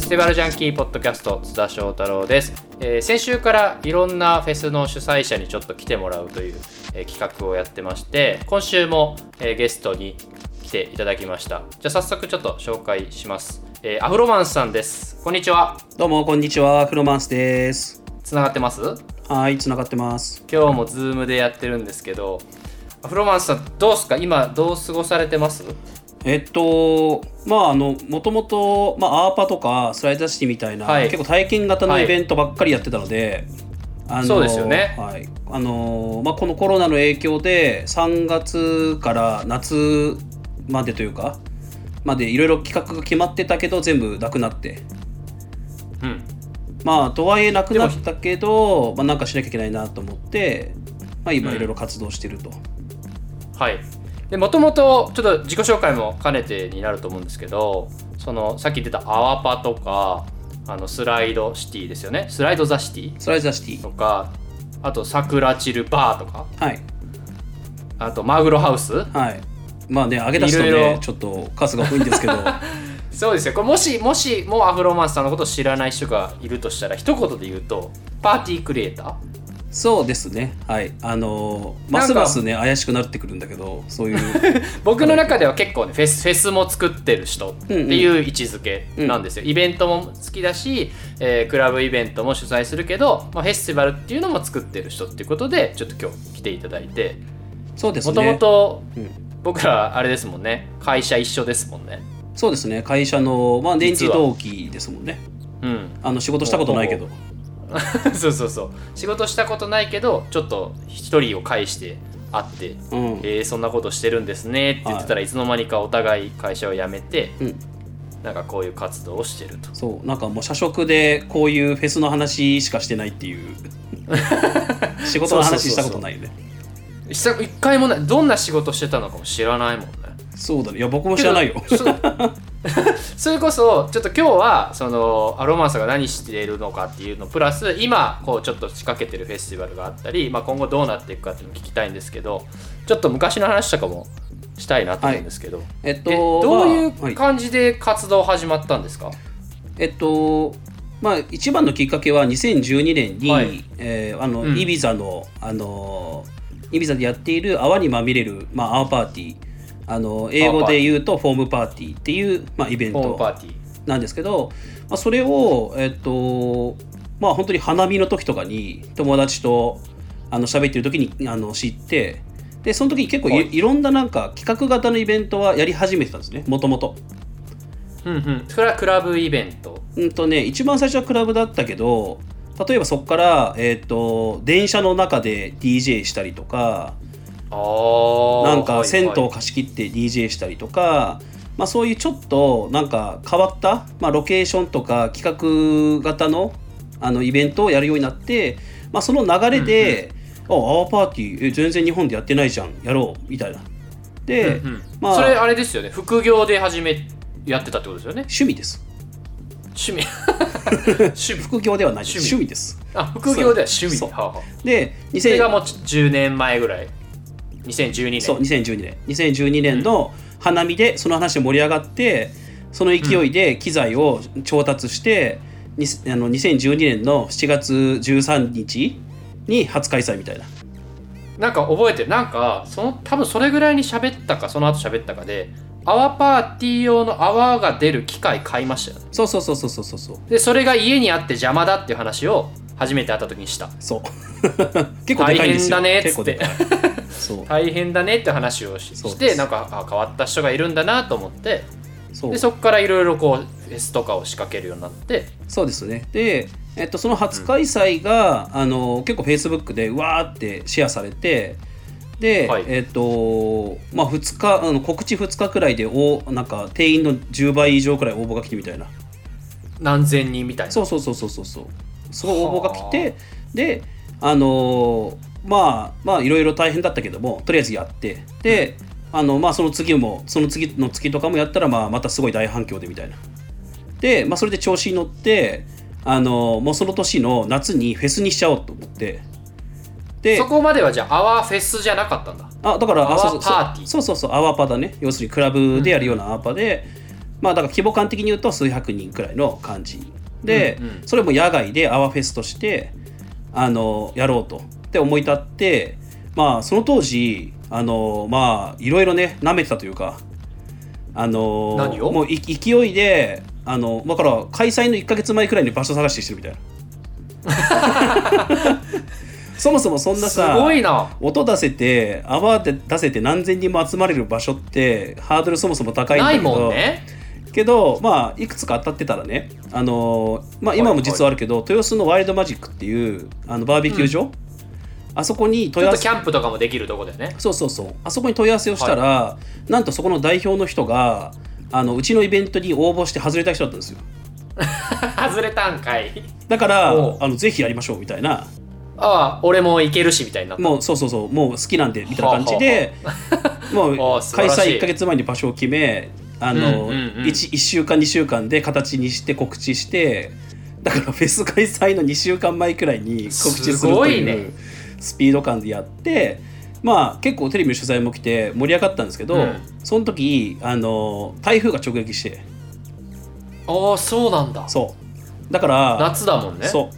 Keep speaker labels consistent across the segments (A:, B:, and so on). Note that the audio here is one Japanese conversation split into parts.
A: ティバルジャンキーポッドキャスト津田翔太郎です。先週からいろんなフェスの主催者にちょっと来てもらうという、企画をやってまして、今週も、ゲストに来ていただきました。じゃあ早速ちょっと紹介します。アフロマンスさんです。こんにちは。
B: どうもこんにちは、アフロマンスです。
A: つながってます？
B: はい、つながってます。
A: 今日もズームでやってるんですけど、アフロマンスさんどうすか？今どう過ごされてます？
B: もともとアーパとかスライダーシティみたいな、結構体験型のイベントばっかりやってたので、
A: そうですよね。
B: はい。このコロナの影響で3月から夏までというかまでいろいろ企画が決まってたけど全部なくなって、とはいえなくなったけど、なんかしなきゃいけないなと思って、今いろいろ活動してると。
A: はい。でもともとちょっと自己紹介も兼ねてになると思うんですけど、そのさっき出たアワパとかスライドシティですよね。スライドザシティとか、あと桜チルバーとか、
B: はい、
A: あとマグロハウス、
B: はい、上げ出すとねちょっと数が多いんですけど
A: そうですよ。これもしもアフロマンスさんのことを知らない人がいるとしたら、一言で言うとパーティークリエイター。
B: そうですね。はい。ますますね怪しくなってくるんだけど、そういう
A: 僕の中では結構ねフェスも作ってる人っていう位置づけなんですよ。イベントも好きだし、クラブイベントも主催するけど、フェスティバルっていうのも作ってる人っていうことでちょっと今日来ていただいて。
B: そうですね。
A: もともと僕らあれですもんね。会社一緒ですもんね。
B: そうですね。会社の電池同期ですもんね。仕事したことないけど。
A: そう仕事したことないけどちょっと一人を介して会って、そんなことしてるんですねって言ってたら、いつの間にかお互い会社を辞めて、なんかこういう活動をしてると。
B: そう、なんかもう社食でこういうフェスの話しかしてないっていう仕事の話したことないよね。
A: 一回もない。どんな仕事してたのかも知らないもんね。
B: そうだね。いや僕も知らないよ
A: それこそちょっと今日はそのアロマンサが何しているのかっていうのプラス、今こうちょっと仕掛けてるフェスティバルがあったり、今後どうなっていくかっていうのを聞きたいんですけど、ちょっと昔の話とかもしたいなと思うんですけど、どういう感じで活動始まったんですか？
B: 一番のきっかけは2012年に、イビザでやっている泡にまみれる、アーパーティー、英語で言うとフォームパーティーっていう、イベントなんですけど、それを、本当に花見の時とかに友達と喋ってる時に知って、でその時に結構いろんななんか企画型のイベントはやり始めてたんですね、もともと。
A: それはクラブイベント？
B: 一番最初はクラブだったけど、例えばそこから、電車の中で DJ したりとか、なんか銭湯を貸し切って DJ したりとか、そういうちょっとなんか変わった、ロケーションとか企画型のイベントをやるようになって、その流れで、アワーパーティー全然日本でやってないじゃん、やろうみたいな。で、
A: それあれですよね。副業でやってたってことですよね。
B: 趣味です。
A: 趣味
B: 副業ではないです。趣味です。
A: 副業では趣味。
B: で、
A: それがもう10年前ぐらい。2012年。
B: そう、2012年の花見でその話で盛り上がって、その勢いで機材を調達して、2012年の7月13日に初開催みたいな。
A: なんか覚えてる。なんか多分それぐらいに喋ったか、その後喋ったかで、泡パーティー用の泡が出る機械買いましたよね。
B: そう。
A: でそれが家にあって邪魔だっていう話を初めて会った時にした。
B: そう結構でかいんですよ。
A: 大変だねっつって大変だねって話をして、なんか変わった人がいるんだなと思って、でそこからいろいろこうフェスとかを仕掛けるようになって。
B: そうですね。で、その初開催が、結構 Facebook でわーってシェアされて、で、2日告知2日くらいでなんか定員の10倍以上くらい応募が来てみたいな。
A: 何千人みたいな。
B: そうすごい応募が来て、でいろいろ大変だったけども、とりあえずやって、でその次の月とかもやったら、またすごい大反響でみたいな。で、それで調子に乗って、もうその年の夏にフェスにしちゃおうと思って、
A: でそこまではじゃあアワーフェスじゃなかったんだ。
B: だから
A: アワーパーティー。
B: そうアワーパだね。要するにクラブでやるようなアワーパで、 まあだから規模感的に言うと数百人くらいの感じで、それも野外でアワフェスとしてやろうとって思い立って、まあその当時まあいろいろね舐めてたというか
A: 何を
B: もう勢いでだから開催の1ヶ月前くらいに場所探してしてるみたいなそもそもそんなさ、
A: すごいな、
B: 音出せて泡で出せて何千人も集まれる場所ってハードルそもそも高いんだけど、
A: ないもんね。
B: けどまあいくつか当たってたらね、まあ、今も実はあるけど、豊洲のワイルドマジックっていうバーベキュー場、あそこに
A: ちょっとキャンプとかもできるとこだよね。
B: そうあそこに問い合わせをしたら、なんとそこの代表の人がうちのイベントに応募して外れた人だったんですよ
A: 外れたんかい。
B: だからぜひやりましょうみたいな、
A: 俺も行けるしみたいな、
B: もうそうもう好きなんでみたいな感じでもう開催1ヶ月前に場所を決め1週間2週間で形にして告知して、だからフェス開催の2週間前くらいに告知するというスピード感でやって、まあ結構テレビの取材も来て盛り上がったんですけど、その時台風が直撃して。
A: そうなんだ。
B: そうだから
A: 夏だもんね。
B: そう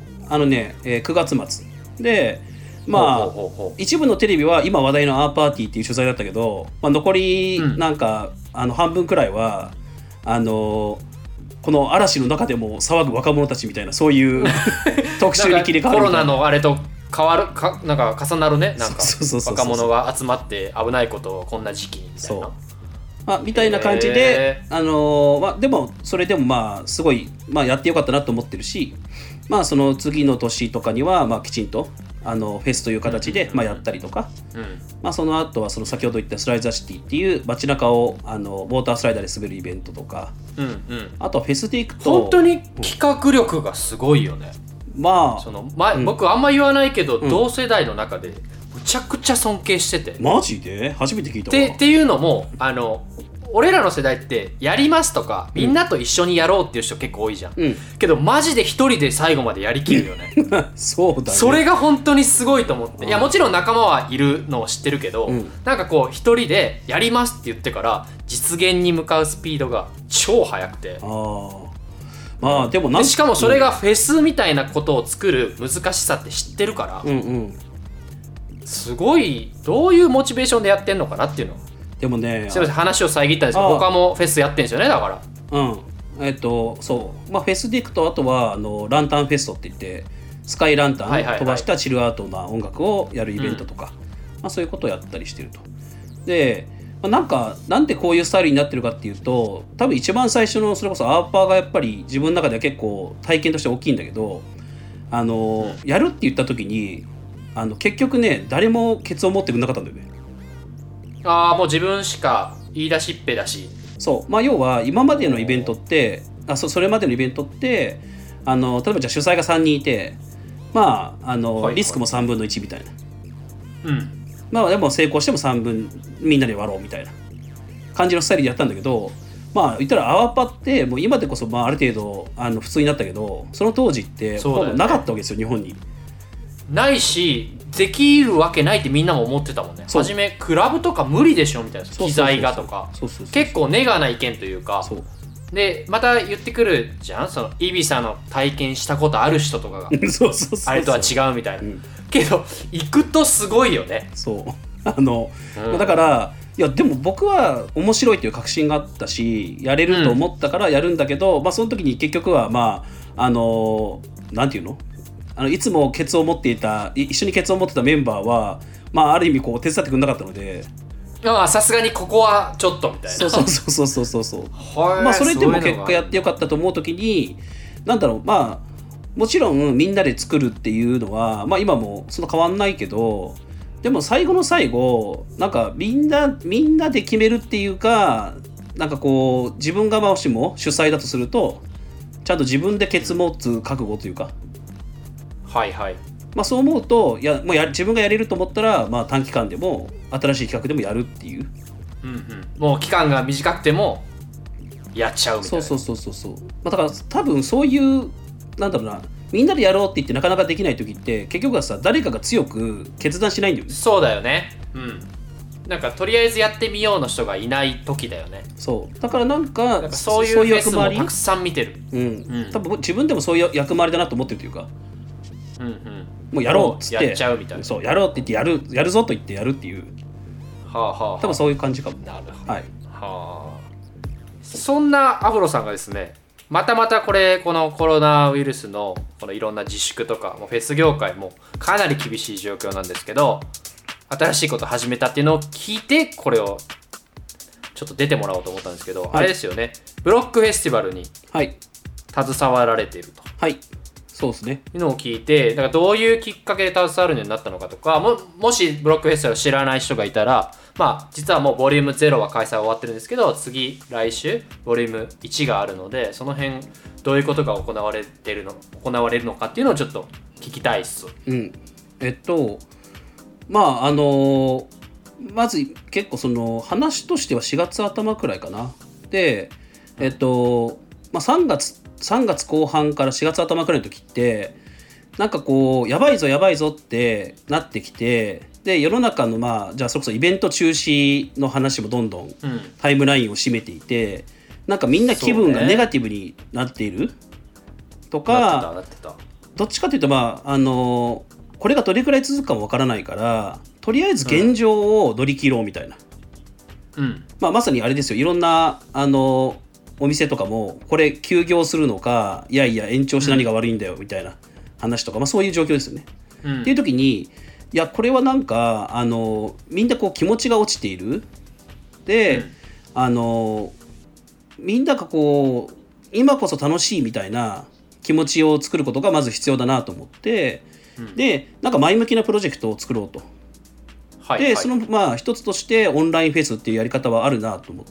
B: 9月末で、まあ一部のテレビは今話題のアーパーティーっていう取材だったけど、まあ、残りなんか、半分くらいはこの嵐の中でも騒ぐ若者たちみたいな、そういう特集に切り替わる
A: コロナのあれと変わるなんか重なるね。なんか
B: そう
A: 若者が集まって危ないことをこんな時期にみたいな、
B: みたいな感じで、まあ、でもそれでもまあすごい、まあ、やってよかったなと思ってるし、まあその次の年とかにはまあきちんとフェスという形でまあやったりとか、まあ、その後はその先ほど言ったスライザーシティっていう街中をウォータースライダーで滑るイベントとか、あとはフェスで行くと
A: 本当に企画力がすごいよね。
B: まあ
A: 僕あんま言わないけど、同世代の中でむちゃくちゃ尊敬してて。
B: マジで初めて聞いたわ。
A: っていうのも俺らの世代ってやりますとかみんなと一緒にやろうっていう人結構多いじゃん、けどマジで一人で最後までやりきるよね
B: そうだね。
A: それが本当にすごいと思って、いやもちろん仲間はいるのを知ってるけど、なんかこう一人でやりますって言ってから実現に向かうスピードが超速くて、
B: まあでも
A: しかもそれがフェスみたいなことを作る難しさって知ってるから、すごいどういうモチベーションでやってんのかなっていうの。
B: でもね、
A: すいません話を遮ったんですけど、他もフェスやってんですよね。だから
B: そう、まあ、フェスで行くとあとはランタンフェストって言ってスカイランタンを飛ばしたチルアートな音楽をやるイベントとか、まあ、そういうことをやったりしてると。で、なんでこういうスタイルになってるかっていうと、多分一番最初のそれこそアーパーがやっぱり自分の中では結構体験として大きいんだけど、やるって言った時に結局ね誰もケツを持ってくれなかったんだよね。
A: もう自分しか言い出しっぺだし。
B: そう、まあ、要は今までのイベントってそれまでのイベントって例えばじゃあ主催が3人いて、まあリスクも3分の1みたいな、まあでも成功しても3分みんなで割ろうみたいな感じのスタイルでやったんだけど、まあ言ったらアワパってもう今でこそまあある程度普通になったけど、その当時ってほぼなかったわけですよ、日本に。
A: ないしできるわけないってみんなも思ってたもんね。初めクラブとか無理でしょみたいな、機材がとか結構ネガな意見というか、でまた言ってくるじゃん、そのイビサの体験したことある人とかがあれとは違うみたいな、けど行くとすごいよね。
B: そうだからいやでも僕は面白いという確信があったしやれると思ったからやるんだけど、まあその時に結局はまあなんていうの、いつもケツを持っていた一緒にケツを持ってたメンバーは、まあ、ある意味こう手伝ってくれなかったので、
A: さすがにここはちょっとみたいな。
B: そうまあそれでも結果やってよかったと思う時になんだろう、まあもちろんみんなで作るっていうのは、まあ、今もそんな変わんないけど、でも最後の最後なんかみんなで決めるっていうか、なんかこう自分がもしも主催だとするとちゃんと自分でケツ持つ覚悟というか、まあ、そう思うともう自分がやれると思ったら、まあ、短期間でも新しい企画でもやるっていう、
A: もう期間が短くてもやっちゃうみたいな。
B: そう、まあ、だから多分そういうなんだろうな、みんなでやろうって言ってなかなかできない時って結局はさ誰かが強く決断しないんだよね。
A: そうだよね。 なんかとりあえずやってみようの人がいない時だよね。
B: そうだからなんか
A: そういうフェスもたくさん見てる。
B: 多分自分でもそういう役回りだなと思ってるというか、もうやろうっつって
A: やっちゃうみたいな。
B: そうやろうって言ってやるぞと言ってやるっていう、多分そういう感じかも。
A: なるほど。そんなアフロさんがですね、またこのコロナウイルスのこのいろんな自粛とか、もうフェス業界もかなり厳しい状況なんですけど、新しいことを始めたっていうのを聞いて、これをちょっと出てもらおうと思ったんですけど、あれですよね、ブロックフェスティバルに携わられていると。
B: そうですね。
A: いうのを聞いて、だからどういうきっかけで携わるようになったのかとか、もしブロックフェスティバルを知らない人がいたら、実はもうボリューム0は開催終わってるんですけど、来週ボリューム1があるので、その辺どういうことが行われるのかっていうのをちょっと聞きたいっす。
B: まず結構その話としては4月頭くらいかな。で、3月後半から4月頭くらいの時って、なんかこうやばいぞってなってきて、で世の中のじゃあそれこそイベント中止の話もどんどんタイムラインを占めていて、なんかみんな気分がネガティブになっているとか、どっちかというとこれがどれくらい続くかもわからないから、とりあえず現状を乗り切ろうみたいな、まさにあれですよ。いろんなお店とかもこれ休業するのか、いや延長して何が悪いんだよみたいな話とか、そういう状況ですよね。っていう時に、いやこれはなんかみんなこう気持ちが落ちている。で、みんながこう今こそ楽しいみたいな気持ちを作ることがまず必要だなと思って、でなんか前向きなプロジェクトを作ろうと。でその一つとしてオンラインフェスっていうやり方はあるなと思って、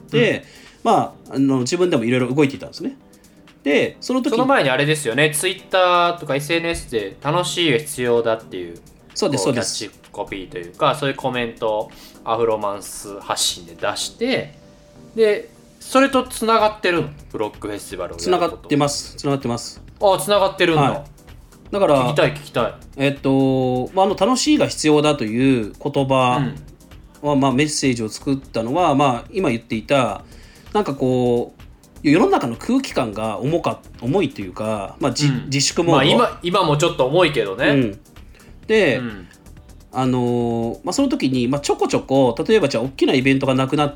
B: 自分でもいろいろ動いていたんですね。でその
A: 前にあれですよね、ツイッターとか SNS で楽しいが必要だっていうキャッチコピーというか、そういうコメントをアフロマンス発信で出して、でそれとつながってるの、ブロックフェスティバルをやること。
B: つながってます。つな
A: がってるんだ。
B: だから
A: 聞きたい。
B: 楽しいが必要だという言葉は、メッセージを作ったのは、今言っていたなんかこう世の中の空気感が重いというか、自粛モード、
A: 今もちょっと重いけどね。
B: で、その時に、ちょこちょこ例えばじゃあ大きなイベントがなくなって、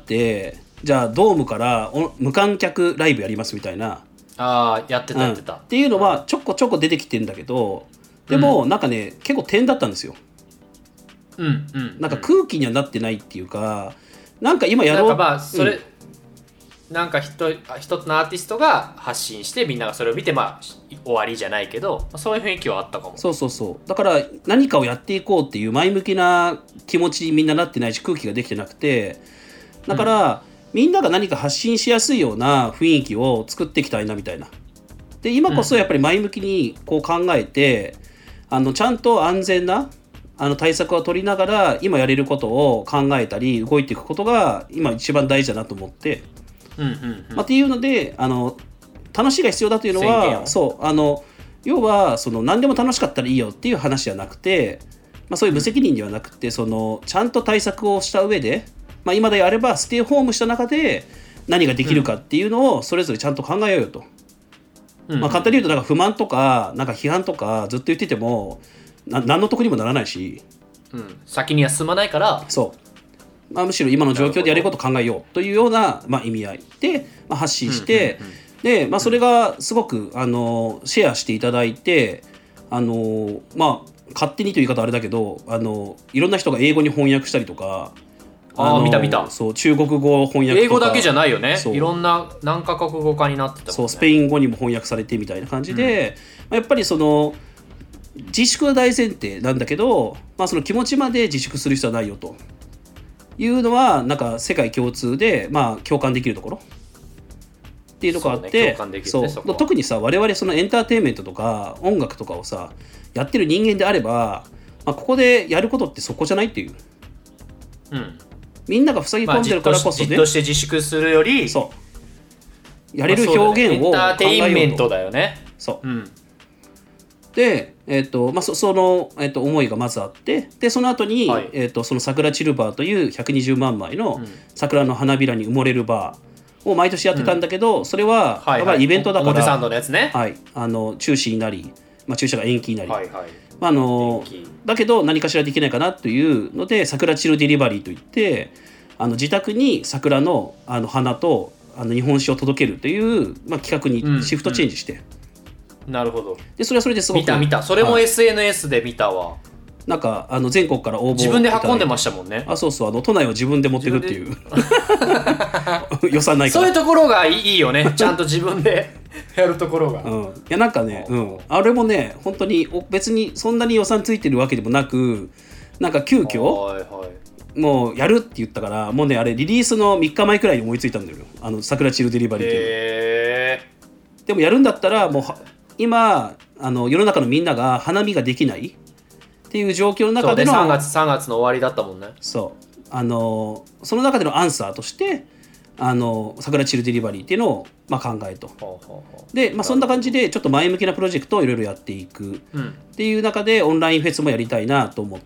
B: じゃあドームから無観客ライブやりますみたいな、
A: やってた
B: っていうのはちょこちょこ出てきてるんだけど、でもなんかね、結構点だったんですよ。なんか空気にはなってないっていうか、なんか今やろう、
A: それ、なんか一つのアーティストが発信して、みんながそれを見て終わりじゃないけど、そういう雰囲気はあったかも。
B: そうだから何かをやっていこうっていう前向きな気持ちにみんななってないし、空気ができてなくて、だから、みんなが何か発信しやすいような雰囲気を作っていきたいなみたいな。で今こそやっぱり前向きにこう考えて、ちゃんと安全な対策を取りながら今やれることを考えたり動いていくことが今一番大事だなと思って、っていうので楽しいが必要だというのは、要は何でも楽しかったらいいよっていう話じゃなくて、そういう無責任ではなくて、ちゃんと対策をした上で、今であればステイホームした中で何ができるかっていうのをそれぞれちゃんと考えようよと。簡単に言うと、なんか不満とかなんか批判とかずっと言ってても何の得にもならないし、
A: 先には進まないから、
B: むしろ今の状況でやることを考えようというような、意味合いで、発信して、で、それがすごくシェアしていただいて、勝手にという言い方あれだけど、いろんな人が英語に翻訳したりとか、
A: 見た。
B: そう、中国語翻訳とか、
A: 英語だけじゃないよね。いろんな何カ国語化になってたもんね。
B: スペイン語にも翻訳されてみたいな感じで、やっぱり自粛は大前提なんだけど、その気持ちまで自粛する必要はないよというのは、なんか世界共通で、共感できるところっていうのがあって、特にさ、我々そのエンターテインメントとか音楽とかをさやってる人間であれば、ここでやることってそこじゃないっていう、みんなが塞ぎ込んでるからこそね、
A: じっとして自粛するより、
B: やれる表現を考えようと。
A: エンターテインメントだよね。
B: でその、思いがまずあって、でその後に、
A: はい
B: その桜チルバーという120万枚の桜の花びらに埋もれるバーを毎年やってたんだけど、それは、
A: はいはい、
B: やっぱりイベントだから
A: 表参道のやつね。
B: はい、中止になり、中止が延期になり、
A: はいはい。延期
B: だけど何かしらできないかなというので桜チルデリバリーといって自宅に桜の、花と日本酒を届けるという、企画にシフトチェンジして、
A: なるほど。
B: でそれはそれですごく
A: 見たそれも SNS で見たわ。
B: なんか全国から応募
A: 自分で運んでましたもんね。
B: そう都内を自分で持っていくっていう予算ないから
A: そういうところがいいよねちゃんと自分でやるところが、
B: いやなんかね、あれもね本当に別にそんなに予算ついてるわけでもなくなんか急遽
A: はいはい、
B: もうやるって言ったからもうねあれリリースの3日前くらいに思いついたんだよ桜チルデリバリーっていうでもやるんだったらもう今世の中のみんなが花見ができないっていう状況の中での
A: 3月の終わりだったもんね。
B: そうその中でのアンサーとして桜チルデリバリーっていうのを、考えとで、そんな感じでちょっと前向きなプロジェクトをいろいろやっていくっていう中でオンラインフェスもやりたいなと思って、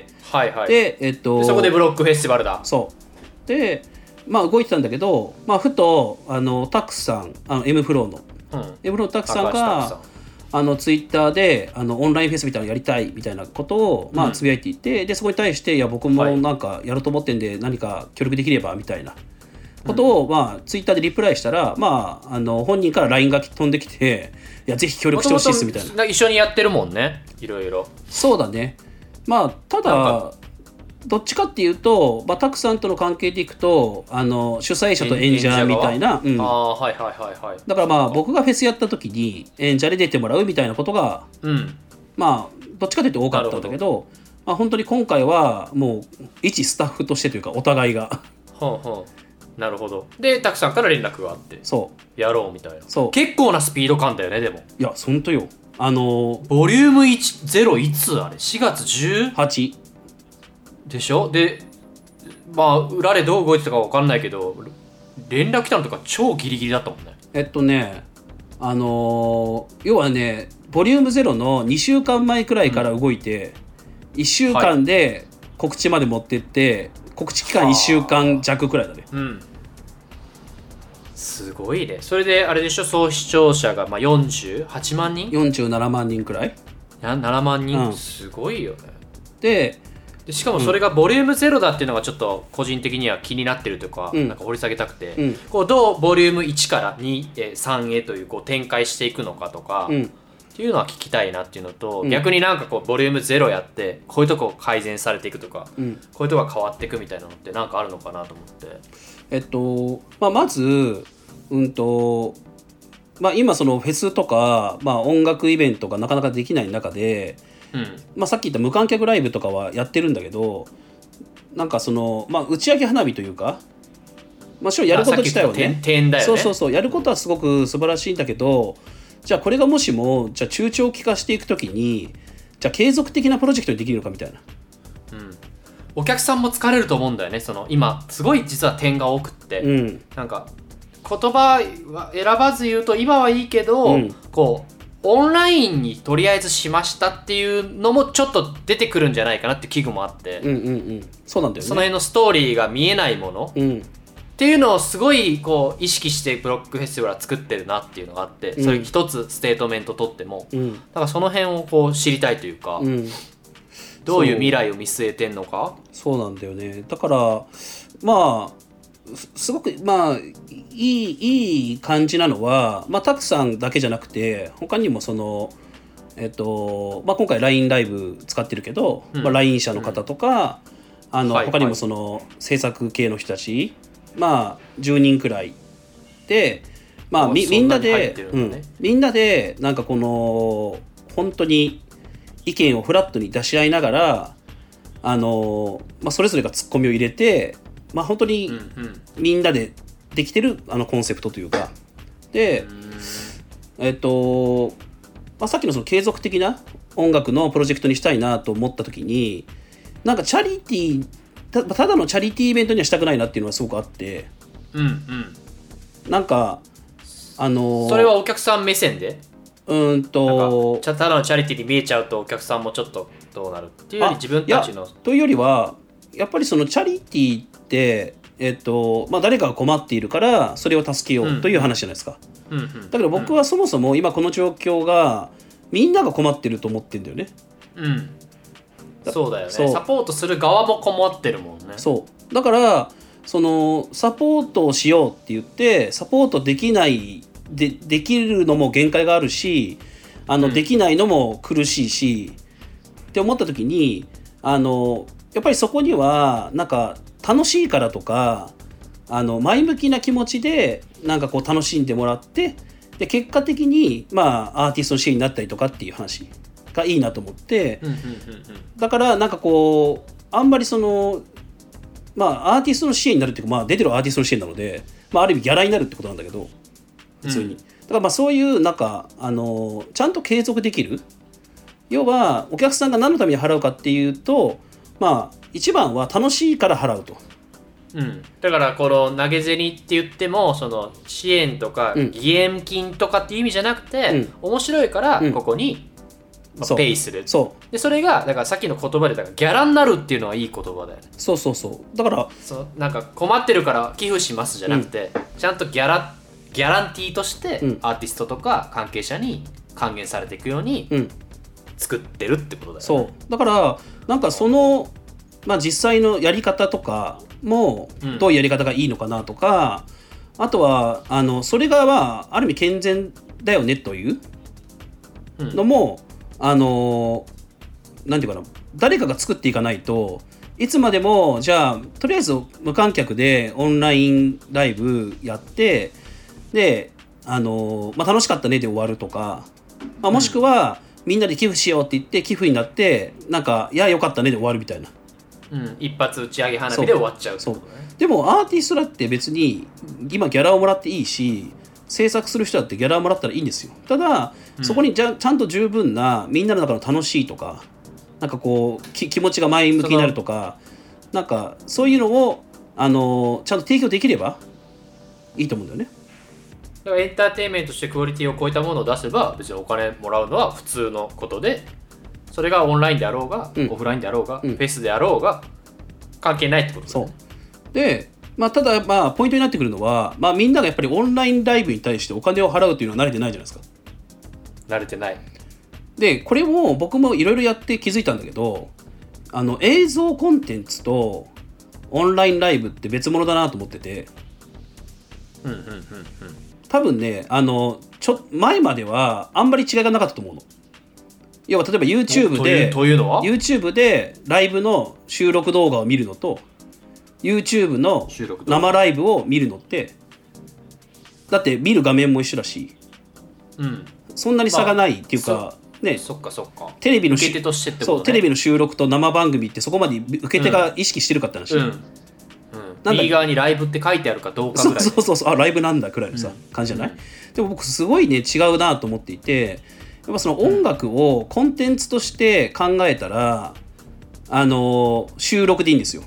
A: はいはい、
B: で、
A: そこでブロックフェスティバルだ。
B: そうで動いてたんだけど、ふとタックスさんMフローの、Mフローのタックスさんがツイッターでオンラインフェスみたいなのやりたいみたいなことを、つぶやいていて、でそこに対していや僕もなんかやろうと思ってんで何か協力できればみたいなことを、ツイッターでリプライしたら、本人から LINE が飛んできていやぜひ協力してほしいですみたいな。
A: 一緒にやってるもんねいろいろ。
B: そうだね。ただどっちかっていうと、タクさんとの関係でいくと主催者と演者みたいな、
A: はいはいはいはい。
B: だから僕がフェスやった時に演者で出てもらうみたいなことが、どっちかというと多かったんだけど、本当に今回はもう一スタッフとしてというかお互いが
A: なるほど。でタクさんから連絡があって
B: そう
A: やろうみたいな。
B: そう
A: 結構なスピード感だよね。でも
B: いや本当よ
A: ボリューム10いつあれ4月
B: 8
A: でしょ。で裏でどう動いてたか分かんないけど連絡来たのとか超ギリギリだったもんね。
B: 要はねボリューム0の2週間前くらいから動いて、1週間で告知まで持ってって告知期間1週間弱くらいだね。
A: すごいね。それであれでしょ、総視聴者が48万人
B: 47万人くらい
A: 7万人、すごいよね。
B: で
A: しかもそれがボリューム0だっていうのがちょっと個人的には気になってるというか、なんか掘り下げたくて、こうどうボリューム1から2へ3へという、こう展開していくのかとか、っていうのは聞きたいなっていうのと、逆になんかこうボリューム0やってこういうとこ改善されていくとか、こういうとこが変わっていくみたいなのってなんかあるのかなと思って。
B: まず今そのフェスとか、音楽イベントがなかなかできない中で、さっき言った無観客ライブとかはやってるんだけど、なんかその、打ち上げ花火というか、もちろんやること自体はね、
A: 点だよね。
B: そうやることはすごく素晴らしいんだけど、じゃあこれがもしもじゃあ中長期化していくときにじゃあ継続的なプロジェクトにできるのかみたいな、
A: お客さんも疲れると思うんだよね。その今すごい実は点が多くって、なんか言葉は選ばず言うと今はいいけど、こうオンラインにとりあえずしましたっていうのもちょっと出てくるんじゃないかなって危惧もあって、
B: そうなんだよね。
A: その辺のストーリーが見えないもの、っていうのをすごいこう意識してブロックフェスティバルは作ってるなっていうのがあって、それ一つステートメント取っても、だからその辺をこう知りたいというか、どういう未来を見据えてんのか。
B: そうなんだよね。だからすごくいい感じなのは、たくさんだけじゃなくて他にもその今回 LINE ライブ使ってるけど、LINE 社の方とか、他にもその制作系の人たち、10人くらいで、みんなでなんかこの本当に意見をフラットに出し合いながらそれぞれがツッコミを入れて、本当にみんなでできてるコンセプトというかで、さっきのその継続的な音楽のプロジェクトにしたいなと思った時に、なんかチャリティーただのチャリティーイベントにはしたくないなっていうのはすごくあって、なんか
A: それはお客さん目線でなんかただのチャリティーに見えちゃうとお客さんもちょっとどうなるっていうより自分たちの
B: というよりはやっぱりそのチャリティーって誰かが困っているからそれを助けようという話じゃないですか、だから僕はそもそも今この状況がみんなが困ってると思ってるんだよね。
A: そうだよね。サポートする側も困ってるもんね。
B: そうだからそのサポートをしようって言ってサポートできないできるのも限界があるしできないのも苦しいしって思った時にやっぱりそこにはなんか楽しいからとか前向きな気持ちでなんかこう楽しんでもらってで結果的にアーティストの支援になったりとかっていう話がいいなと思って、だからなんかこうあんまりそのアーティストの支援になるっていうか、出てるアーティストの支援なので、ある意味ギャラになるってことなんだけど普通に、だからそういうなんかちゃんと継続できる、要はお客さんが何のために払うかっていうと一番は楽しいから払うと、
A: だからこの投げ銭って言ってもその支援とか義援金とかっていう意味じゃなくて、面白いからここにペイする、でそれがだからさっきの言葉でだからギャラになるっていうのはいい言葉だよね。
B: そうだから
A: なんか困ってるから寄付しますじゃなくて、ちゃんとギャランティーとしてアーティストとか関係者に還元されていくように作ってるってことだよね。
B: そうだからなんかその実際のやり方とかもどういうやり方がいいのかなとか、あとはそれがある意味健全だよねというのも、なんていうかな、誰かが作っていかないといつまでもじゃあとりあえず無観客でオンラインライブやってで楽しかったねで終わるとか、もしくはみんなで寄付しようって言って寄付になってなんかいやよかったねで終わるみたいな、
A: 一発打ち上げ花火で終わっちゃうってことね。
B: でもアーティストだって別に今ギャラをもらっていいし制作する人だってギャラをもらったらいいんですよ。ただそこにちゃんと十分なみんなの中の楽しいとかなんかこう気持ちが前向きになるとかなんかそういうのをちゃんと提供できればいいと思うんだよね。
A: だからエンターテインメントとしてクオリティを超えたものを出せば別にお金もらうのは普通のことで、それがオンラインであろうが、オフラインであろうが、フェスであろうが関係ないってことだね。
B: そうで、ただポイントになってくるのは、みんながやっぱりオンラインライブに対してお金を払うというのは慣れてないじゃないですか。
A: 慣れてない。
B: でこれも僕もいろいろやって気づいたんだけど映像コンテンツとオンラインライブって別物だなと思ってて、多分ね前まではあんまり違いがなかったと思うの。要は例えば YouTube でライブの収録動画を見るのと YouTube の生ライブを見るのってだって見る画面も一緒だし、そんなに差がないっていうか、
A: そっか
B: テレビの
A: 受け手としてってことね。
B: そうテレビの収録と生番組ってそこまで受け手が意識してるかって話、
A: 右側にライブって書いてあるかどうかぐらい。
B: そうライブなんだくらいの感じじゃない、でも僕すごいね違うなと思っていて、やっぱその音楽をコンテンツとして考えたら収録でいいんですよ。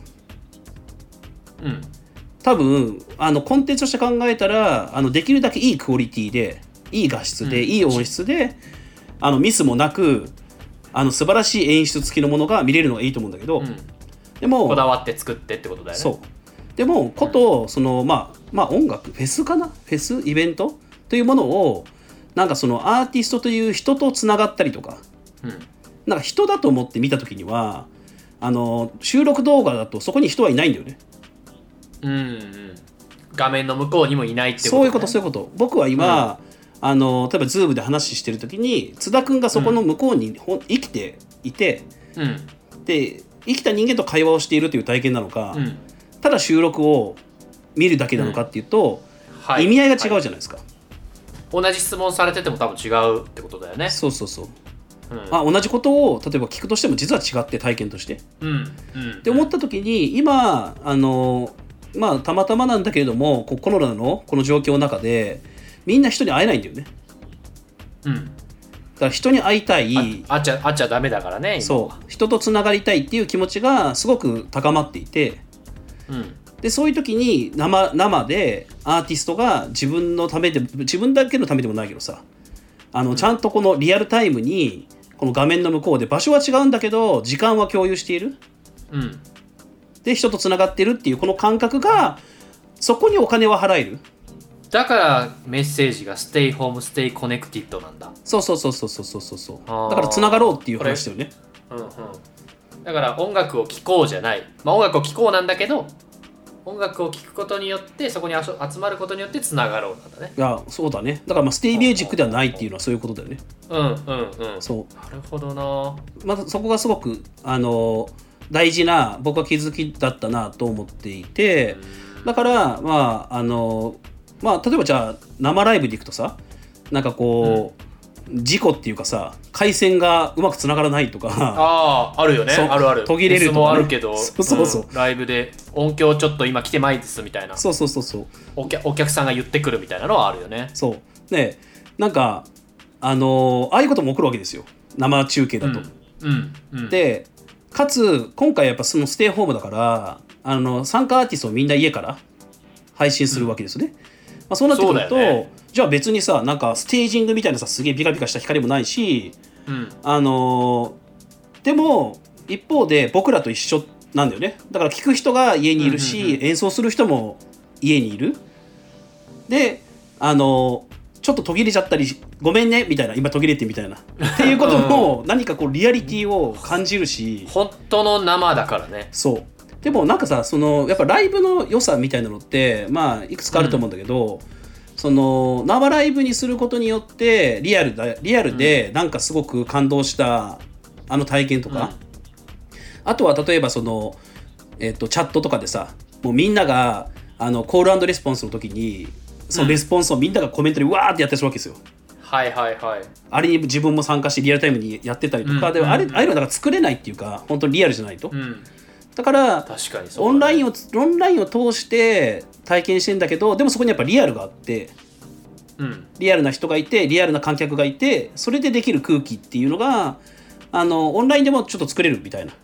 B: 多分コンテンツとして考えたらできるだけいいクオリティでいい画質で、いい音質でミスもなく素晴らしい演出付きのものが見れるのがいいと思うんだけど、でも
A: こだわって作ってってことだよね。
B: そうでもその音楽フェスかな、フェスイベントというものをなんかそのアーティストという人とつながったりとか、なんか人だと思って見た時には収録動画だとそこに人はいないんだよね。
A: 画面の向こうにもいないってこと、ね、
B: そういうこと僕は今、例えば Zoom で話してる時に津田くんがそこの向こうに生きていて、で生きた人間と会話をしているという体験なのか、ただ収録を見るだけなのかっていうと、意味合いが違うじゃないですか、
A: 同じ質問されてても多分違うってことだよね。
B: そう、同じことを例えば聞くとしても実は違って体験として、って思った時に今たまたまなんだけれどもコロナのこの状況の中でみんな人に会えないんだよね。だから人に会いたい、
A: 会っちゃダメだからね。
B: そう人とつながりたいっていう気持ちがすごく高まっていて、でそういう時に生でアーティストが自分のためで自分だけのためでもないけどさちゃんとこのリアルタイムにこの画面の向こうで場所は違うんだけど時間は共有している、で人とつながってるっていうこの感覚がそこにお金は払える。
A: だからメッセージがステイホームステイコネクティッドなんだ。
B: そうだからつながろうっていう話だよね。
A: だから音楽を聴こうじゃない、音楽を聴こうなんだけど音楽を聴くことによってそこに集まることによってつながろうなんだね。
B: いやそうだね。だからステイミュージックではないっていうのはそういうことだよね。そう
A: なるほどな。
B: またそこがすごく大事な僕は気づきだったなと思っていて、だから例えばじゃあ生ライブでいくとさ、なんかこう、事故っていうかさ回線がうまくつながらないとか
A: あるよね。ある
B: 途切れるとか、ね、
A: もあるけど
B: そう
A: ライブで音響ちょっと今来てないですみたいな
B: そう
A: お客さんが言ってくるみたいなのはあるよね。
B: そうでなんかああいうことも起こるわけですよ生中継だと、でかつ今回やっぱそのステイホームだから参加アーティストをみんな家から配信するわけですね、そうなってくると、ね、じゃあ別にさなんかステージングみたいなさすげえビカビカした光もないし、でも一方で僕らと一緒なんだよね。だから聴く人が家にいるし、演奏する人も家にいる。でちょっと途切れちゃったりごめんねみたいな今途切れてみたいなっていうことも何かこうリアリティを感じるし
A: 本当の生だからね。
B: そうでもなんかさやっぱライブの良さみたいなのっていくつかあると思うんだけど、生ライブにすることによってリアルでなんかすごく感動した体験とか、あとは例えばチャットとかでさもうみんながコール&レスポンスの時にそのレスポンスをみんながコメントでわーってやってるわけですよ。あれに自分も参加してリアルタイムにやってたりとか、でもああいうのはだから作れないっていうか本当にリアルじゃないと、だから
A: 確かに
B: オンラインを通して体験してんだけどでもそこにやっぱリアルがあって、リアルな人がいてリアルな観客がいてそれでできる空気っていうのがオンラインでもちょっと作れるみたいな、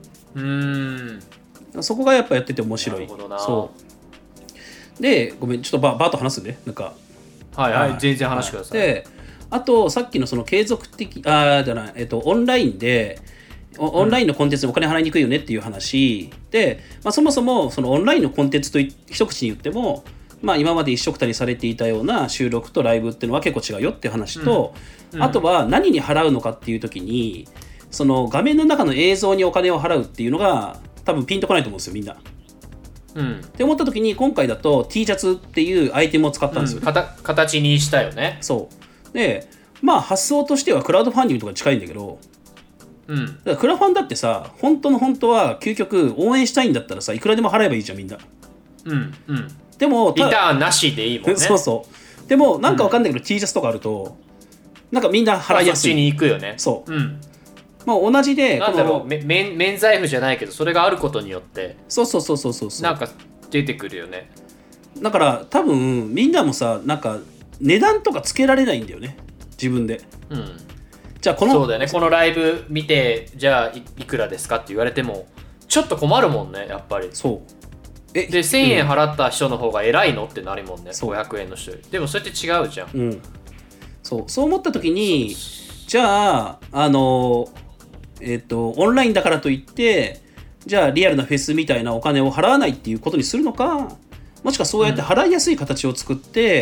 B: そこがやっぱやってて面白い。そうでごめんちょっとバーッと話すねなんか
A: 全然話してください。
B: であとさっきのその継続的オンラインでオンラインのコンテンツにお金払いにくいよねっていう話で、そもそもそのオンラインのコンテンツと一口に言っても、今まで一緒くたにされていたような収録とライブっていうのは結構違うよっていう話と、あとは何に払うのかっていう時にその画面の中の映像にお金を払うっていうのが多分ピンとこないと思うんですよみんな。って思った時に今回だと T シャツっていうアイテムを使ったんですよ、
A: 形にしたよね。
B: そうで発想としてはクラウドファンディングとか近いんだけど、だからクラファンだってさ本当は究極応援したいんだったらさいくらでも払えばいいじゃんみんな。でも
A: リターンなしでいいもんね。
B: でもなんかわかんないけど、T シャツとかあるとなんかみんな払いやすい。
A: そっちに行くよね。
B: 同じで
A: なんだろう免罪符じゃないけどそれがあることによってなんか出てくるよね。
B: だから多分みんなもさなんか値段とかつけられないんだよね自分で。じゃあ
A: そうだよね。このライブ見てじゃあ いくらですかって言われてもちょっと困るもんねやっぱり。で1000円払った人の方が偉いのってなるもんね。500円の人より。でもそれって違うじゃん。
B: そう思った時にじゃあオンラインだからといってじゃあリアルなフェスみたいなお金を払わないっていうことにするのか、もしくはそうやって払いやすい形を作って、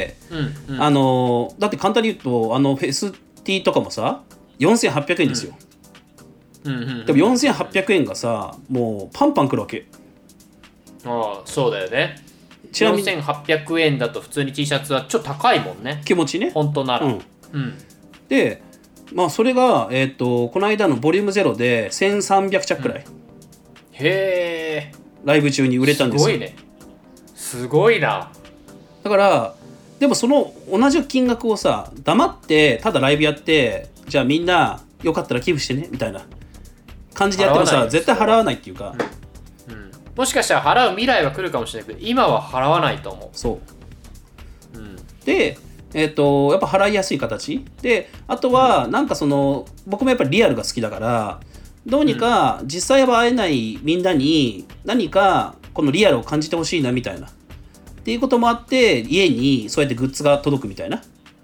B: だって簡単に言うとフェスティとかもさ4800円ですよ、でも4800円がさもうパンパンくるわけ。
A: そうだよね。4800円だと普通に T シャツはちょっと高いもんね
B: 気持ちね
A: 本当なら。
B: でそれが、この間のボリューム0で1300着くらい、
A: へー
B: ライブ中に売れたんですよ。
A: すごいね。すごいな。
B: だからでもその同じ金額をさ黙ってただライブやってじゃあみんなよかったら寄付してねみたいな感じでやってもさ絶対払わないっていうか、
A: もしかしたら払う未来は来るかもしれないけど今は払わないと思う。
B: そう、でやっぱ払いやすい形で、あとはなんか僕もやっぱりリアルが好きだからどうにか実際は会えないみんなに何かこのリアルを感じてほしいなみたいなっていうこともあって家にそうやってグッズが届くみたいな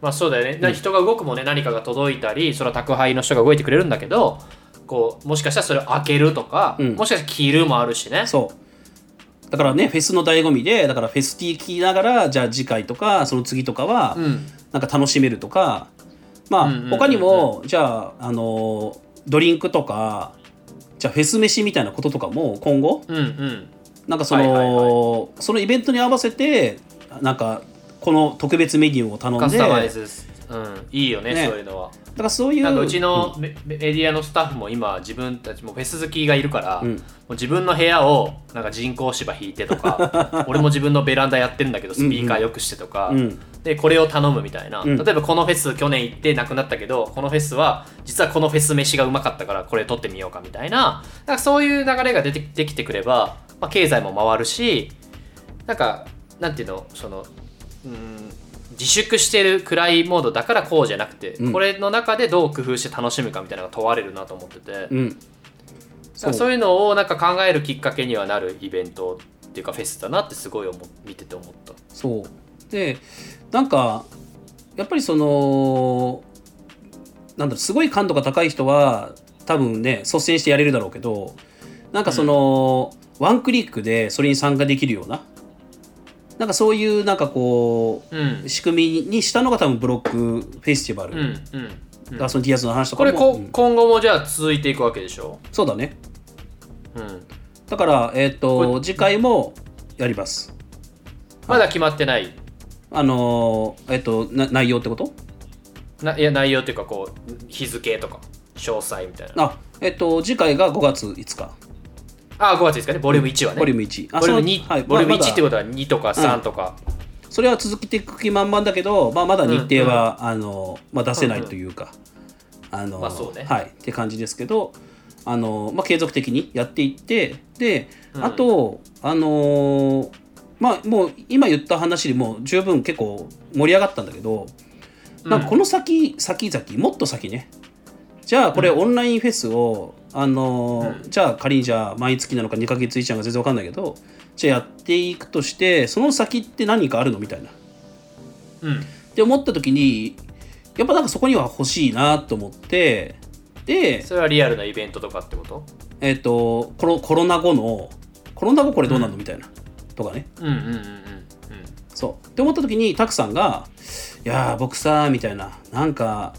A: まあそうだよね、人が動くもね、何かが届いたり、それは宅配の人が動いてくれるんだけど、こうもしかしたらそれを開けるとか、もしかしたら着るもあるしね。
B: そうだからね、フェスの醍醐味で、だからフェスティー聞きながら、じゃあ次回とかその次とかはなんか楽しめるとか、まあ他にもじゃあドリンクとか、じゃあフェス飯みたいなこととかも今後、なんかそのイベントに合わせてなんかこの特別メニューを頼んで
A: カスタマイズ、いいよね、そういうのは。
B: だからそういう、
A: なんかうちのメディアのスタッフも今自分たちもフェス好きがいるから、もう自分の部屋をなんか人工芝引いてとか俺も自分のベランダやってるんだけどスピーカーよくしてとか、でこれを頼むみたいな、例えばこのフェス去年行ってなくなったけど、このフェスは実はこのフェス飯がうまかったからこれ取ってみようかみたいな、なんかそういう流れができてくれば、まあ、経済も回るし、なんかなんていうの、その自粛してる暗いモードだからこうじゃなくて、これの中でどう工夫して楽しむかみたいなのが問われるなと思ってて、そういうのをなんか考えるきっかけにはなるイベントっていうかフェスだなってすごい見てて思った。
B: そうで、なんかやっぱりそのなんだろう、すごい感度が高い人は多分ね率先してやれるだろうけど、なんかその、ワンクリックでそれに参加できるような、なんかそういうなんかこう、仕組みにしたのが多分ブロックフェスティバル、だからそのディアスの話とかも
A: これ今後もじゃあ続いていくわけでしょ。
B: そうだね、だから次回もやります。
A: まだ決まってない。
B: 内容ってこと？
A: いや内容っていうかこう日付とか詳細みたいな。
B: 次回が5月5日。
A: 5月ですかね、ボリューム1はね。
B: ボリューム1。
A: ボリューム2、はい、ボリューム1ってことは2とか3とか。
B: それは続けていく気満々だけど、まだ日程は、出せないというか、
A: まあそうね。
B: はい、って感じですけど、継続的にやっていって、で、あと、もう今言った話でも十分結構盛り上がったんだけど、なんかこの先々、もっと先ね、じゃあこれオンラインフェスを、じゃあ仮にじゃあ毎月なのか2ヶ月以上が全然わかんないけど、じゃあやっていくとしてその先って何かあるのみたいな、って思った時にやっぱなんかそこには欲しいなと思って、で
A: それはリアルなイベントとかってこと？
B: コロナ後これどうなのみたいなとかね、そうって思った時にタクさんがいや僕さみたいな、なんか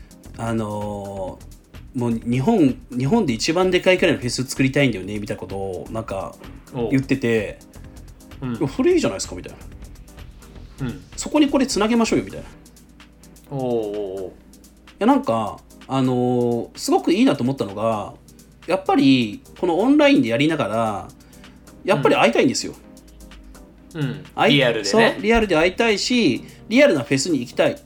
B: もう日本で一番でかいくらいのフェス作りたいんだよねみたいなことをなんか言ってて、それいいじゃないですかみたいな、そこにこれつなげましょうよみたいな。いやなんかすごくいいなと思ったのが、やっぱりこのオンラインでやりながらやっぱり会いたいんですよ、
A: リアルでね。
B: そうリアルで会いたいし、リアルなフェスに行きたい、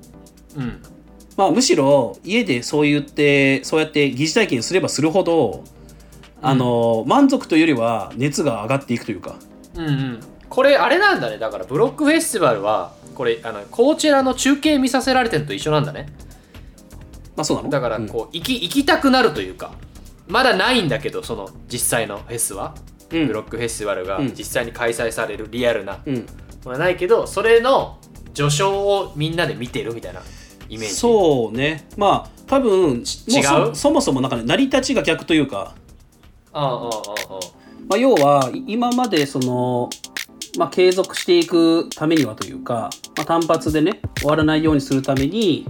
B: むしろ家でそうやって疑似体験すればするほど満足というよりは熱が上がっていくというか、
A: これあれなんだね。だからブロックフェスティバルはこれこちらの中継見させられてるのと一緒なんだね。
B: そうなの？
A: だからこう、行きたくなるというか、まだないんだけどその実際のフェスは、ブロックフェスティバルが実際に開催されるリアルなのはないけど、それの序章をみんなで見てるみたいなイメージ。
B: そうね、多分そもそもなんか、ね、成り立ちが逆というか、要は今までその、継続していくためにはというか、単発でね終わらないようにするために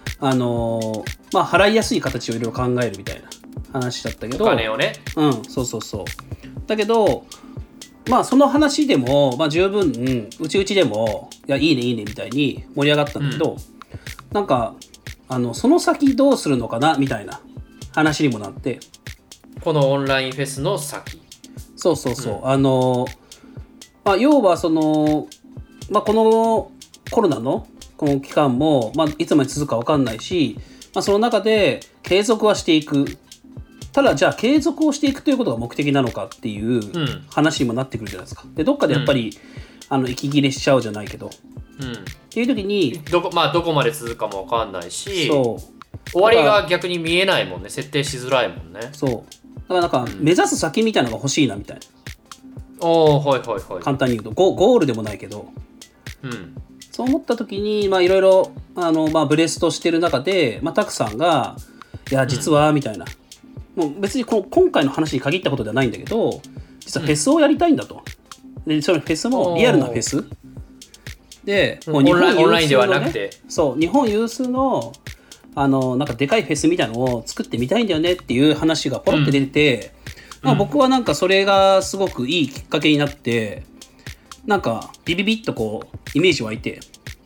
B: 払いやすい形をいろいろ考えるみたいな話だったけど、
A: お金をね、
B: そうだけどその話でも、十分うちでもいいねみたいに盛り上がったんだけど、なんかその先どうするのかなみたいな話にもなって、
A: このオンラインフェスの先、
B: そう、要はその、このコロナのこの期間も、いつまで続くか分かんないし、その中で継続はしていく。ただじゃあ継続をしていくということが目的なのかっていう話にもなってくるじゃないですか。でどっかでやっぱり、息切れしちゃうじゃないけど、っていう時に
A: どこまで続くかも分かんないし、終わりが逆に見えないもんね。設定しづらいもんね。
B: そうだからなんか目指す先みたいなのが欲しいなみたいな。簡単に言うとゴールでもないけど、 そう思った時にいろいろブレストしてる中で、タクさんがいや実はみたいな、もう別に今回の話に限ったことではないんだけど、実はフェスをやりたいんだと。でそのフェスもリアルなフェスで、
A: オンラインではなくて、
B: そう日本有数のなんかでかいフェスみたいなのを作ってみたいんだよねっていう話がポロって出てて、僕はなんかそれがすごくいいきっかけになって、なんかビビビッとイメージ湧いて、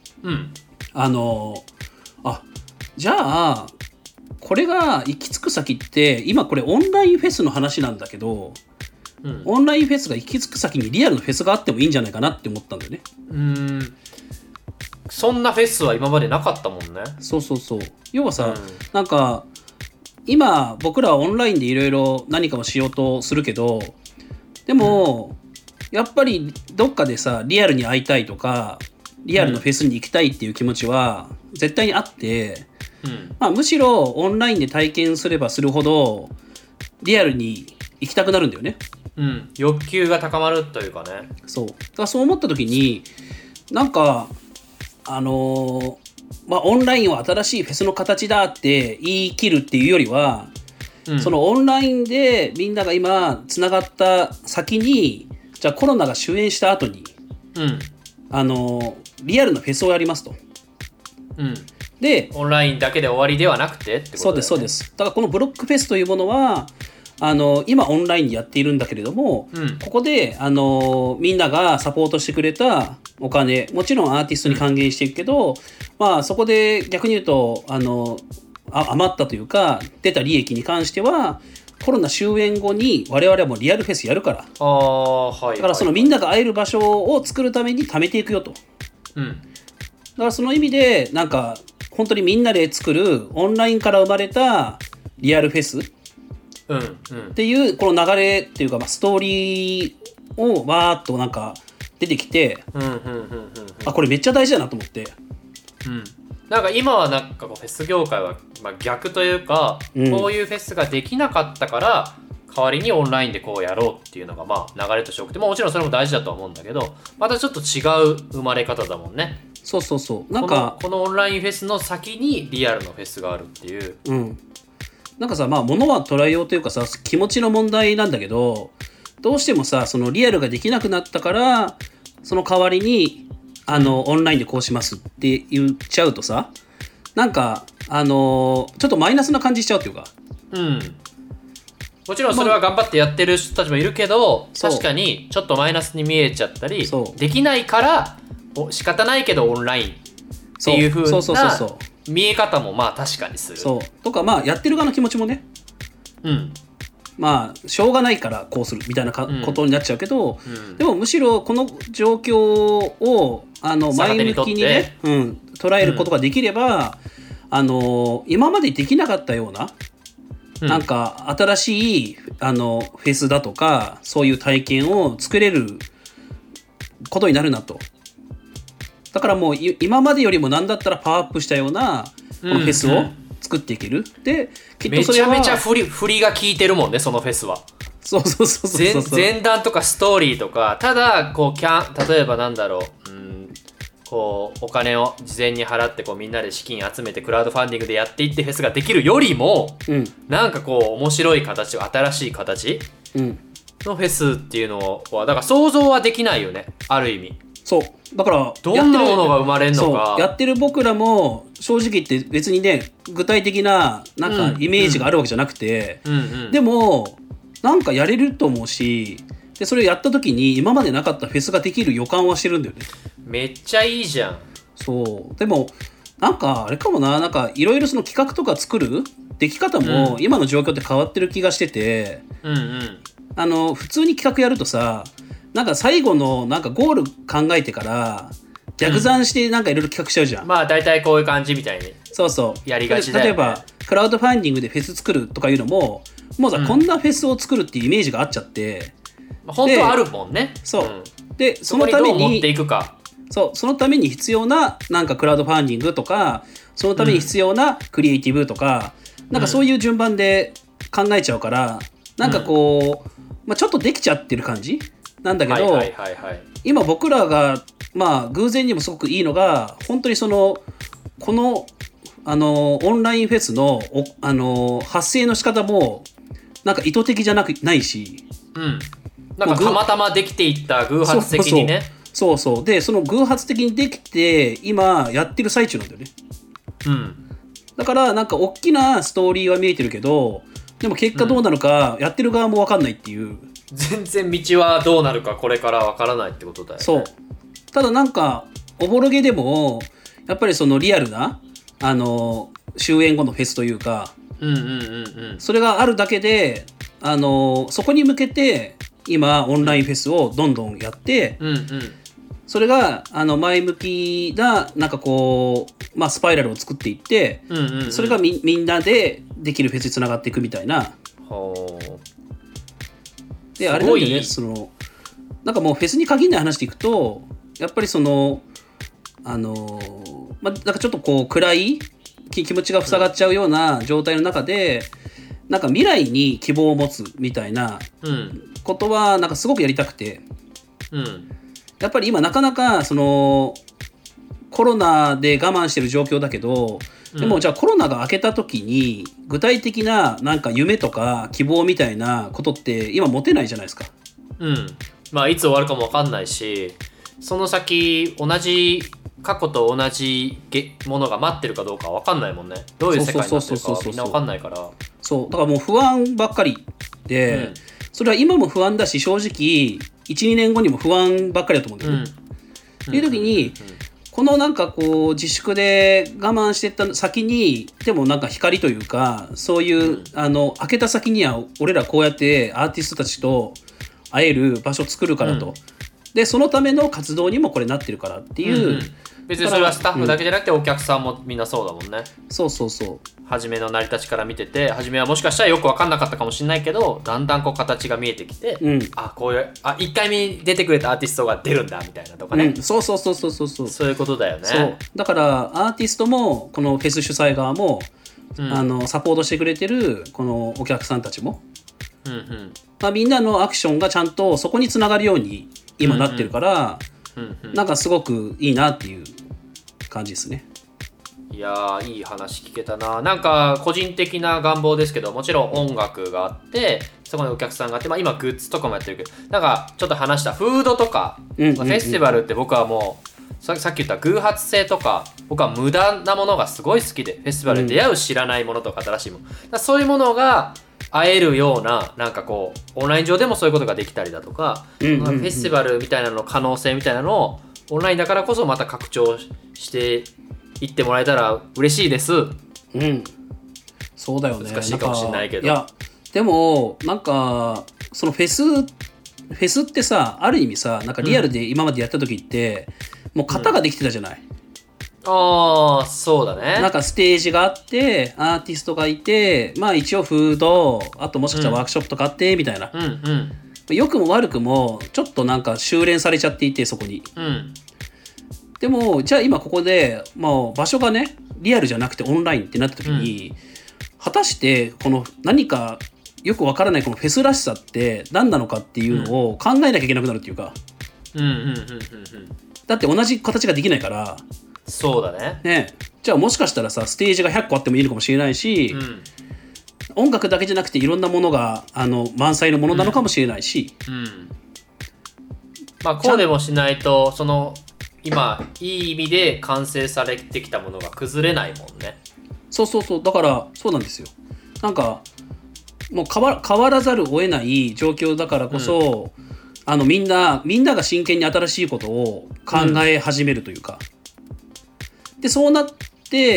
B: じゃあこれが行き着く先って今これオンラインフェスの話なんだけど、オンラインフェスが行き着く先にリアルのフェスがあってもいいんじゃないかなって思ったんだよね。
A: そんなフェスは今までなかったもんね。
B: そう要はさ、なんか今僕らはオンラインでいろいろ何かをしようとするけど、でも、やっぱりどっかでさリアルに会いたいとかリアルのフェスに行きたいっていう気持ちは絶対にあって、むしろオンラインで体験すればするほどリアルに行きたくなるんだよね。
A: 欲求が高まるというかね。
B: だからそう思った時になんかオンラインは新しいフェスの形だって言い切るっていうよりは、そのオンラインでみんなが今つながった先に、じゃあコロナが終焉した後に、リアルなフェスをやりますと。で
A: オンラインだけで終わりではなくてってことだよね。
B: そうです。だからこのブロックフェスというものは今オンラインでやっているんだけれども、ここでみんながサポートしてくれたお金、もちろんアーティストに還元していくけど、そこで逆に言うと余ったというか出た利益に関してはコロナ終焉後に我々はもうリアルフェスやるから、だからそのみんなが会える場所を作るために貯めていくよと。だからその意味でなんか本当にみんなで作るオンラインから生まれたリアルフェスっていうこの流れっていうか、ストーリーをわーっとなんか出てきて、これめっちゃ大事だなと思って、
A: なんか今はなんかフェス業界は逆というか、こういうフェスができなかったから代わりにオンラインでこうやろうっていうのが流れとして多くて、もちろんそれも大事だとは思うんだけど、またちょっと違う生まれ方だもんね。
B: なんか
A: このオンラインフェスの先にリアルのフェスがあるっていう、
B: なんかさ、物は捉えようというかさ、気持ちの問題なんだけど、どうしてもさそのリアルができなくなったからその代わりにオンラインでこうしますって言っちゃうとさ、なんかちょっとマイナスな感じしちゃうっていうか、
A: もちろんそれは頑張ってやってる人たちもいるけど、確かにちょっとマイナスに見えちゃったり、できないから仕方ないけどオンラインっていう風な見え方も確かにする。
B: とかやってる側の気持ちもね、しょうがないからこうするみたいなことになっちゃうけど、でもむしろこの状況を前向きにね、捉えることができれば、今までできなかったような、なんか新しいフェスだとかそういう体験を作れることになるなと。だからもう今までよりも何だったらパワーアップしたようなこのフェスを作っていける。できっとそれは
A: めちゃめちゃ振りが効いてるもんね、そのフェスは。前段とかストーリーとか、ただ例えばなんだろう、こうお金を事前に払ってみんなで資金集めてクラウドファンディングでやっていってフェスができるよりも、なんか面白い形、新しい形のフェスっていうのはだから想像はできないよね、ある意味。だから
B: ど
A: んなものが生まれるのか、
B: やってる僕らも正直言って別にね具体的ななんかイメージがあるわけじゃなくて、でもなんかやれると思うし、でそれをやった時に今までなかったフェスができる予感はしてるんだよね。
A: めっちゃいいじゃん。
B: でもなんかあれかもな、なんかいろいろその企画とか作るでき方も今の状況って変わってる気がしてて、普通に企画やるとさ、なんか最後のなんかゴール考えてから逆算してなんかいろいろ企画しちゃうじゃん。
A: 大体こういう感じみたいにやりがちだよね。
B: 例えばクラウドファンディングでフェス作るとかいうのももうさ、こんなフェスを作るっていうイメージがあっちゃって、
A: 本当はあるもんね。
B: でそのために
A: どう持っていくか、
B: そのために必要ななんかクラウドファンディングとか、そのために必要なクリエイティブとか、なんかそういう順番で考えちゃうから、なんかちょっとできちゃってる感じなんだけど、今僕らがまあ偶然にもすごくいいのが本当にこのオンラインフェスの発生の仕方もなんか意図的じゃないし、
A: なんかたまたまできていった偶発的にね。
B: そうでその偶発的にできて今やってる最中なんだよね。だからなんか大きなストーリーは見えてるけど、でも結果どうなるかやってる側も分かんないっていう、
A: 全然道はどうなるかこれから分からないってことだよね。
B: そう。ただなんかおぼろげでもやっぱりそのリアルな終演後のフェスというか、それがあるだけでそこに向けて今オンラインフェスをどんどんやって、それが前向きななんかこう、まあ、スパイラルを作っていって、それがみんなでできるフェスにつながっていくみたいな。であれなんでね、なんかもうフェスに限らない話でいくとやっぱりまあ、なんかちょっとこう暗い気持ちが塞がっちゃうような状態の中で、なんか未来に希望を持つみたいなことはなんかすごくやりたくて、やっぱり今なかなかコロナで我慢してる状況だけど、でもじゃあコロナが明けた時に具体的ななんか夢とか希望みたいなことって今持てないじゃないですか。
A: まあいつ終わるかも分かんないし、その先過去と同じものが待ってるかどうか分かんないもんね。どういう世界になってるかみんな分かんないから。
B: そうだからもう不安ばっかりで、それは今も不安だし、正直 1,2 年後にも不安ばっかりだと思うんだよね。っていう時にこのなんかこう自粛で我慢してった先にでもなんか光というか、そういう開けた先には俺らこうやってアーティストたちと会える場所を作るからと、でそのための活動にもこれなってるからっていう、
A: 別にそれはスタッフだけじゃなくてお客さんもみんなそうだもんね。
B: そう
A: 初めの成り立ちから見てて、初めはもしかしたらよく分かんなかったかもしれないけど、だんだんこう形が見えてきて、こういう1回目に出てくれたアーティストが出るんだみたいなとかね、そういうことだよね。
B: そうだからアーティストもこのフェス主催側も、サポートしてくれてるこのお客さんたちも、まあ、みんなのアクションがちゃんとそこにつながるように今なってるから、なんかすごくいいなっていう感じですね。
A: いやー、いい話聞けたな。なんか個人的な願望ですけど、もちろん音楽があってそこにお客さんがあって、まあ、今グッズとかもやってるけど、なんかちょっと話したフードとか、フェスティバルって僕はもうさっき言った偶発性とか、僕は無駄なものがすごい好きで、フェスティバルで出会う知らないものとか新しいもの、だそういうものが会えるような、なんかこうオンライン上でもそういうことができたりだとか、フェスティバルみたいなの可能性みたいなのをオンラインだからこそまた拡張していってもらえたら嬉しいです。
B: そうだよね。
A: 難しいかもしれないけど、
B: いやでもなんかそのフェスってさ、ある意味さ、なんかリアルで今までやった時って、もう型ができてたじゃない。
A: そうだね。
B: なんかステージがあってアーティストがいて、まあ一応フード、あともしかしたらワークショップとかあってみたいな、良くも悪くもちょっとなんか修練されちゃっていて、そこに、でもじゃあ今ここで、もう場所がねリアルじゃなくてオンラインってなった時に、果たしてこの何かよくわからないこのフェスらしさって何なのかっていうのを考えなきゃいけなくなるっていうか、だって同じ形ができないから。
A: そうだね。
B: じゃあもしかしたらさ、ステージが100個あってもいいのかもしれないし、音楽だけじゃなくていろんなものが満載のものなのかもしれないし、
A: まあこうでもしないと、その今いい意味で完成されてきたものが崩れないもんね。
B: そうだからそうなんですよ。なんかもう変わらざるを得ない状況だからこそ、みんなが真剣に新しいことを考え始めるというか、でそうなって、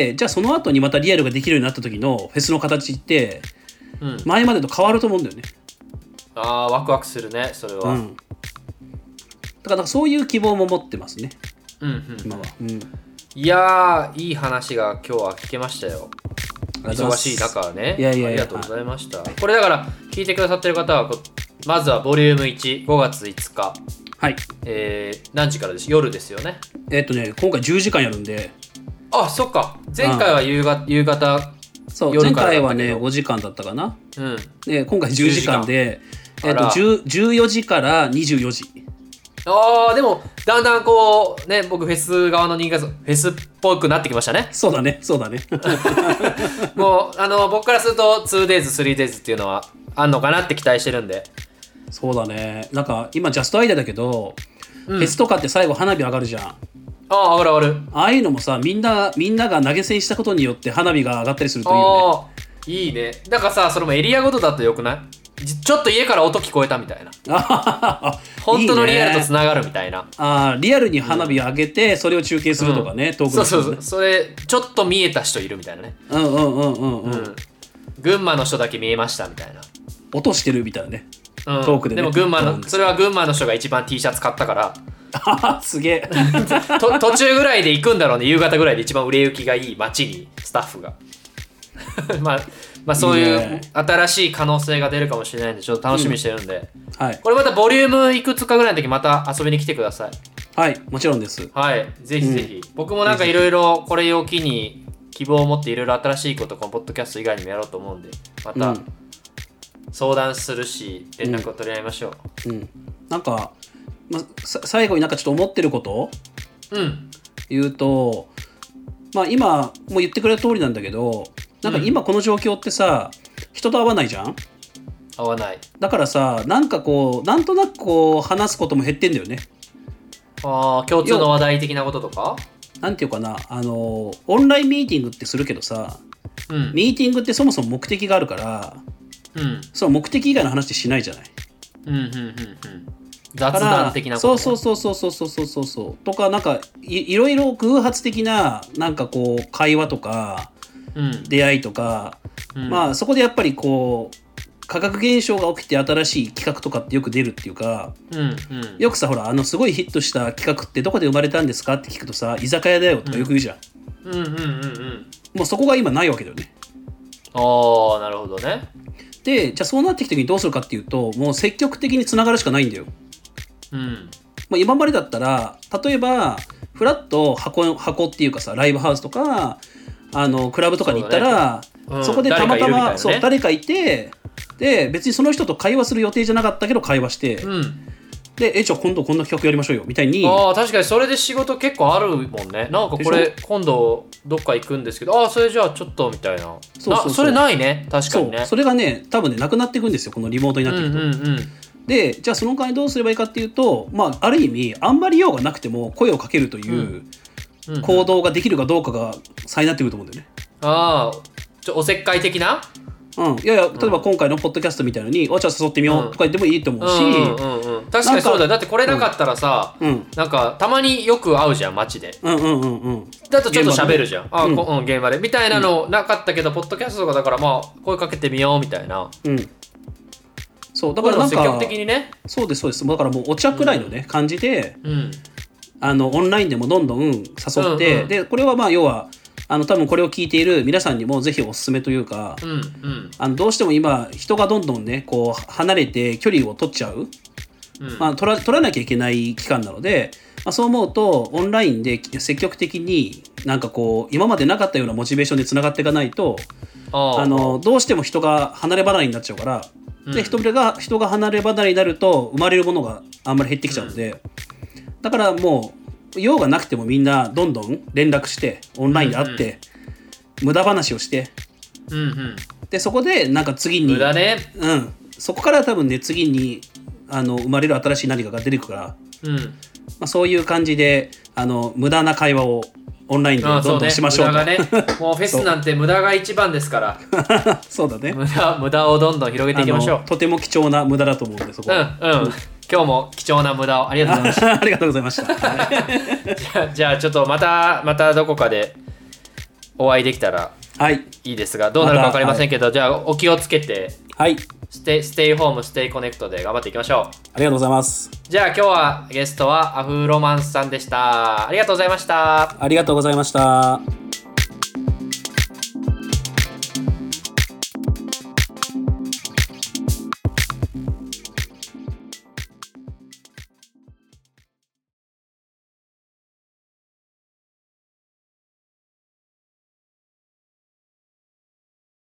B: じゃあその後にまたリアルができるようになった時のフェスの形って、前までと変わると思うんだよね。
A: ワクワクするね、それは。
B: だからなんかそういう希望も持ってますね、今は。
A: いやー、いい話が今日は聞けましたよ。忙しい中ね。ありがとうございました。これだから聞いてくださってる方は、まずはボリューム1、5月5日、何時からです？夜ですよね。
B: 今回10時間やるんで。
A: そっか。前回は夕方。
B: そう、前回はね5時間だったかな。で今回10時間で、14時から24時。
A: でもだんだんこうね、僕フェス側の人間フェスっぽくなってきましたね。
B: そうだね
A: もう僕からすると 2days 3days っていうのはあんのかなって期待してるんで。
B: そうだね。なんか今ジャストアイデアだけど、フェスとかって最後花火上がるじゃん。
A: 上がる。
B: ああいうのもさ、みんなが投げ銭したことによって花火が上がったりするといいよね。
A: いいね。だからさ、それもエリアごとだとよくない？ちょっと家から音聞こえたみたいな。本当のリアルとつながるみたいな。
B: リアルに花火上げて、それを中継するとかね、遠くで、
A: そうそれちょっと見えた人いるみたいなね。群馬の人だけ見えましたみたいな。
B: 音してるみたいなね。遠くでね。
A: でもそれは群馬の人が一番 T シャツ買ったから。
B: すげえ。
A: 途中ぐらいで行くんだろうね。夕方ぐらいで一番売れ行きがいい街にスタッフが。まあそういう新しい可能性が出るかもしれないんで、ちょっと楽しみにしてるんで、これまたボリュームいくつかぐらいの時また遊びに来てください。
B: はい、もちろんです。
A: はい、ぜひぜひ、僕もなんかいろいろこれを機に希望を持っていろいろ新しいことこのポッドキャスト以外にもやろうと思うんで、また相談するし連絡を取り合いましょう。
B: なんか、最後になんかちょっと思ってることを言うと、今もう言ってくれた通りなんだけど、なんか今この状況ってさ、人と会わないじゃん。
A: 会わない。
B: だからさ、なんかこうなんとなくこう話すことも減ってんだよね。
A: 共通の話題的なこととか。
B: なんていうかな、オンラインミーティングってするけどさ、ミーティングってそもそも目的があるから、その目的以外の話ってしないじゃない。
A: 雑談的なこと、ね、
B: そうとか、なんかいろいろ偶発的ななんかこう会話とか、出会いとか、そこでやっぱりこう化学現象が起きて新しい企画とかってよく出るっていうか、よくさ、ほらすごいヒットした企画ってどこで生まれたんですかって聞くとさ、居酒屋だよとかよく言うじゃん。もうそこが今ないわけだよね。
A: なるほどね。
B: で、じゃあそうなってきた時にどうするかっていうと、もう積極的につながるしかないんだよ。今までだったら、例えばフラッと箱っていうかさ、ライブハウスとかクラブとかに行ったら、そこでたまたま誰かいて、で別にその人と会話する予定じゃなかったけど会話して、でじゃあ今度こんな企画やりましょうよみたいに。
A: 確かにそれで仕事結構あるもんね。なんかこれ今度どっか行くんですけど、それじゃあちょっとみたいな。それないね。確かにね。
B: それがね、多分ねなくなっていくんですよ、このリモートになっていくと。でじゃあその代わりどうすればいいかっていうと、ある意味あんまり用がなくても声をかけるという行動ができるかどうかが差になってくると思うんだよね。
A: おせっかい的な。
B: いや例えば今回のポッドキャストみたいなのに、じゃあ誘ってみようとか言ってもいいと思うし、
A: 確かにそうだよ。だってこれなかったらさ、なんかたまによく会うじゃん、街で。だとちょっと喋るじゃん、現場でみたいなのなかったけど、ポッドキャストとかだから声かけてみようみたいな。そうだからなんか積極的にね。そうです。だからもうお茶くらいのね、感じで、オンラインでもどんどん誘って、でこれは要は多分これを聞いている皆さんにもぜひおすすめというか、どうしても今人がどんどんねこう離れて距離を取っちゃう、取らなきゃいけない期間なので、そう思うとオンラインで積極的になんかこう今までなかったようなモチベーションでつながっていかないと、どうしても人が離れ離れになっちゃうから、で人が離れ離れになると生まれるものがあんまり減ってきちゃうので、だからもう用がなくてもみんなどんどん連絡してオンラインで会って、無駄話をして、でそこでなんか次に無駄ね、
B: そこから多分ね次に生まれる新しい何かが出てくるから、そういう感じで無駄な会話をオンラインでどんどんしましょうと。
A: 無駄がね、もうフェスなんて無駄が一番ですから
B: そうだね、
A: 無駄をどんどん広げていきましょう。
B: とても貴重な無駄だと思うんで、そこは
A: 今日も貴重な無駄をありがとうございました
B: ありがとうございました
A: じゃあちょっとままたどこかでお会いできたらいいですが、どうなるか分かりませんけど、じゃあお気をつけて、ステイホームステイコネクトで頑張っていきましょう。
B: ありがとうございます。
A: じゃあ今日はゲストはアフロマンスさんでした。ありがとうございました。
B: ありがとうございました。